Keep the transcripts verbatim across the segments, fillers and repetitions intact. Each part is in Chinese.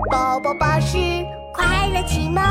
宝宝巴士快乐启蒙。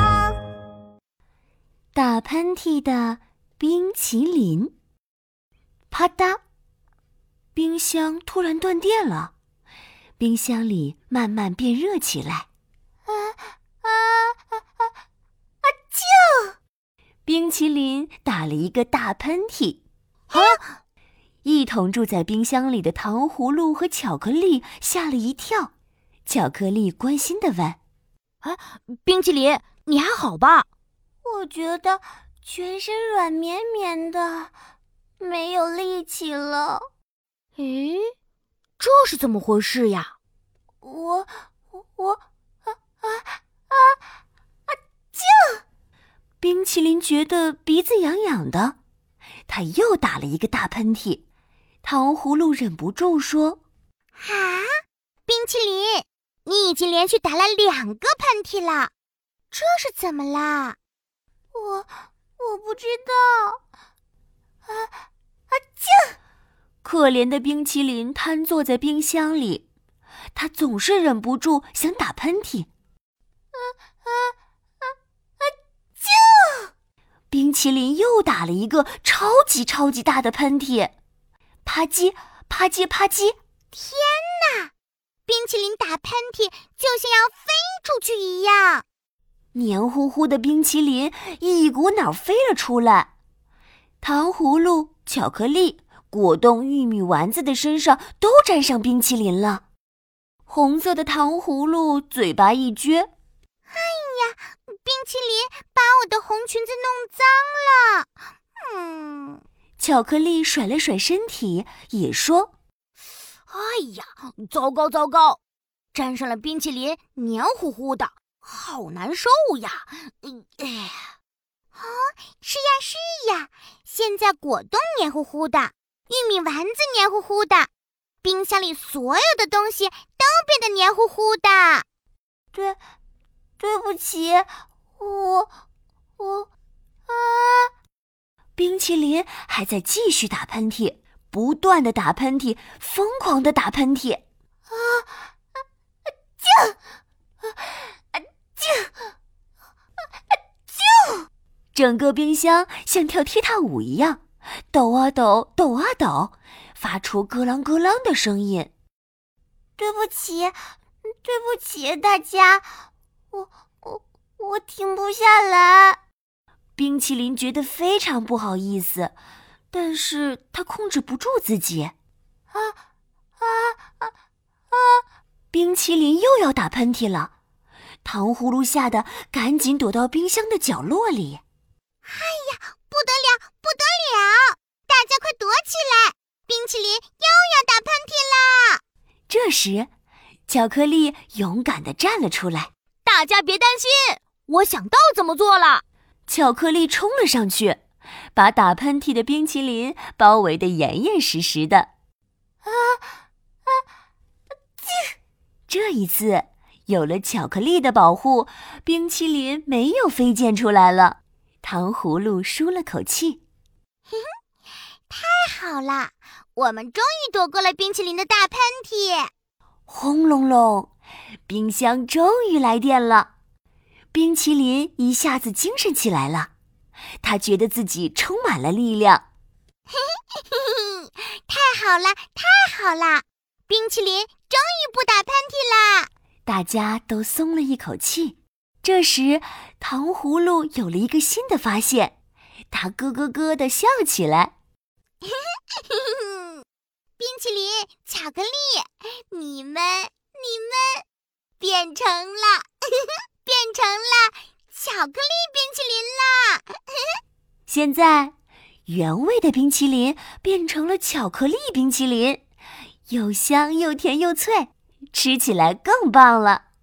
打喷嚏的冰淇淋。啪嗒，冰箱突然断电了，冰箱里慢慢变热起来。 啊啊啊啊啊！啾！ 冰淇淋打了一个大喷嚏。 啊！ 一同住在冰箱里的糖葫芦和巧克力吓了一跳。巧克力关心地问： 啊，冰淇淋，你还好吧？ 我觉得全身软绵绵的，没有力气了。 诶，这是怎么回事呀？ 我我我啊啊啊啊！啾！ 冰淇淋觉得鼻子痒痒的，他又打了一个大喷嚏。糖葫芦忍不住说： 啊，冰淇淋，你已经连续打了两个喷嚏了，这是怎么啦？ 我我不知道。啊啊！啾！ 可怜的冰淇淋瘫坐在冰箱里，他总是忍不住想打喷嚏。 啊啊啊啊！啾！ 冰淇淋又打了一个超级超级大的喷嚏。啪叽啪叽啪叽！ 天哪！冰淇淋打喷嚏就像要飞出去一样。 黏糊糊的冰淇淋一股脑飞了出来，糖葫芦、巧克力、果冻、玉米丸子的身上都沾上冰淇淋了。红色的糖葫芦嘴巴一撅： 哎呀，冰淇淋把我的红裙子弄脏了。嗯。 巧克力甩了甩身体，也说： 哎呀，糟糕糟糕，沾上了冰淇淋，黏糊糊的，好难受呀！哎呀， 哦，是呀是呀，现在果冻黏糊糊的，玉米丸子黏糊糊的，冰箱里所有的东西都变得黏糊糊的。 对，对不起，我我啊！ 冰淇淋还在继续打喷嚏，不断的打喷嚏，疯狂的打喷嚏。 啊啊！啾！啊啾！啊啾！ 整个冰箱像跳踢踏舞一样，抖啊抖，抖啊抖，发出咯啷咯啷的声音。 对不起，对不起大家，我我我停不下来。 冰淇淋觉得非常不好意思，但是他控制不住自己。啊啊啊啊！ 冰淇淋又要打喷嚏了，糖葫芦吓得赶紧躲到冰箱的角落里。 哎呀，不得了，不得了！大家快躲起来，冰淇淋又要打喷嚏啦！ 这时，巧克力勇敢地站了出来。 大家别担心，我想到怎么做了。 巧克力冲了上去，把打喷嚏的冰淇淋包围得严严实实的。 啊啊！啾！ 这一次，有了巧克力的保护，冰淇淋没有飞溅出来了。糖葫芦舒了口气。 嘿嘿，太好了，我们终于躲过了冰淇淋的大喷嚏。 轰隆隆，冰箱终于来电了。冰淇淋一下子精神起来了，他觉得自己充满了力量。 嘿嘿嘿嘿，太好了，太好了！冰淇淋终于不打喷嚏啦！ 大家都松了一口气。这时，糖葫芦有了一个新的发现，他咯咯咯地笑起来。 嘿嘿嘿嘿，冰淇淋、巧克力，你们，你们变成了。变成了巧克力冰淇淋啦！ 现在，原味的冰淇淋变成了巧克力冰淇淋，又香又甜又脆，吃起来更棒了。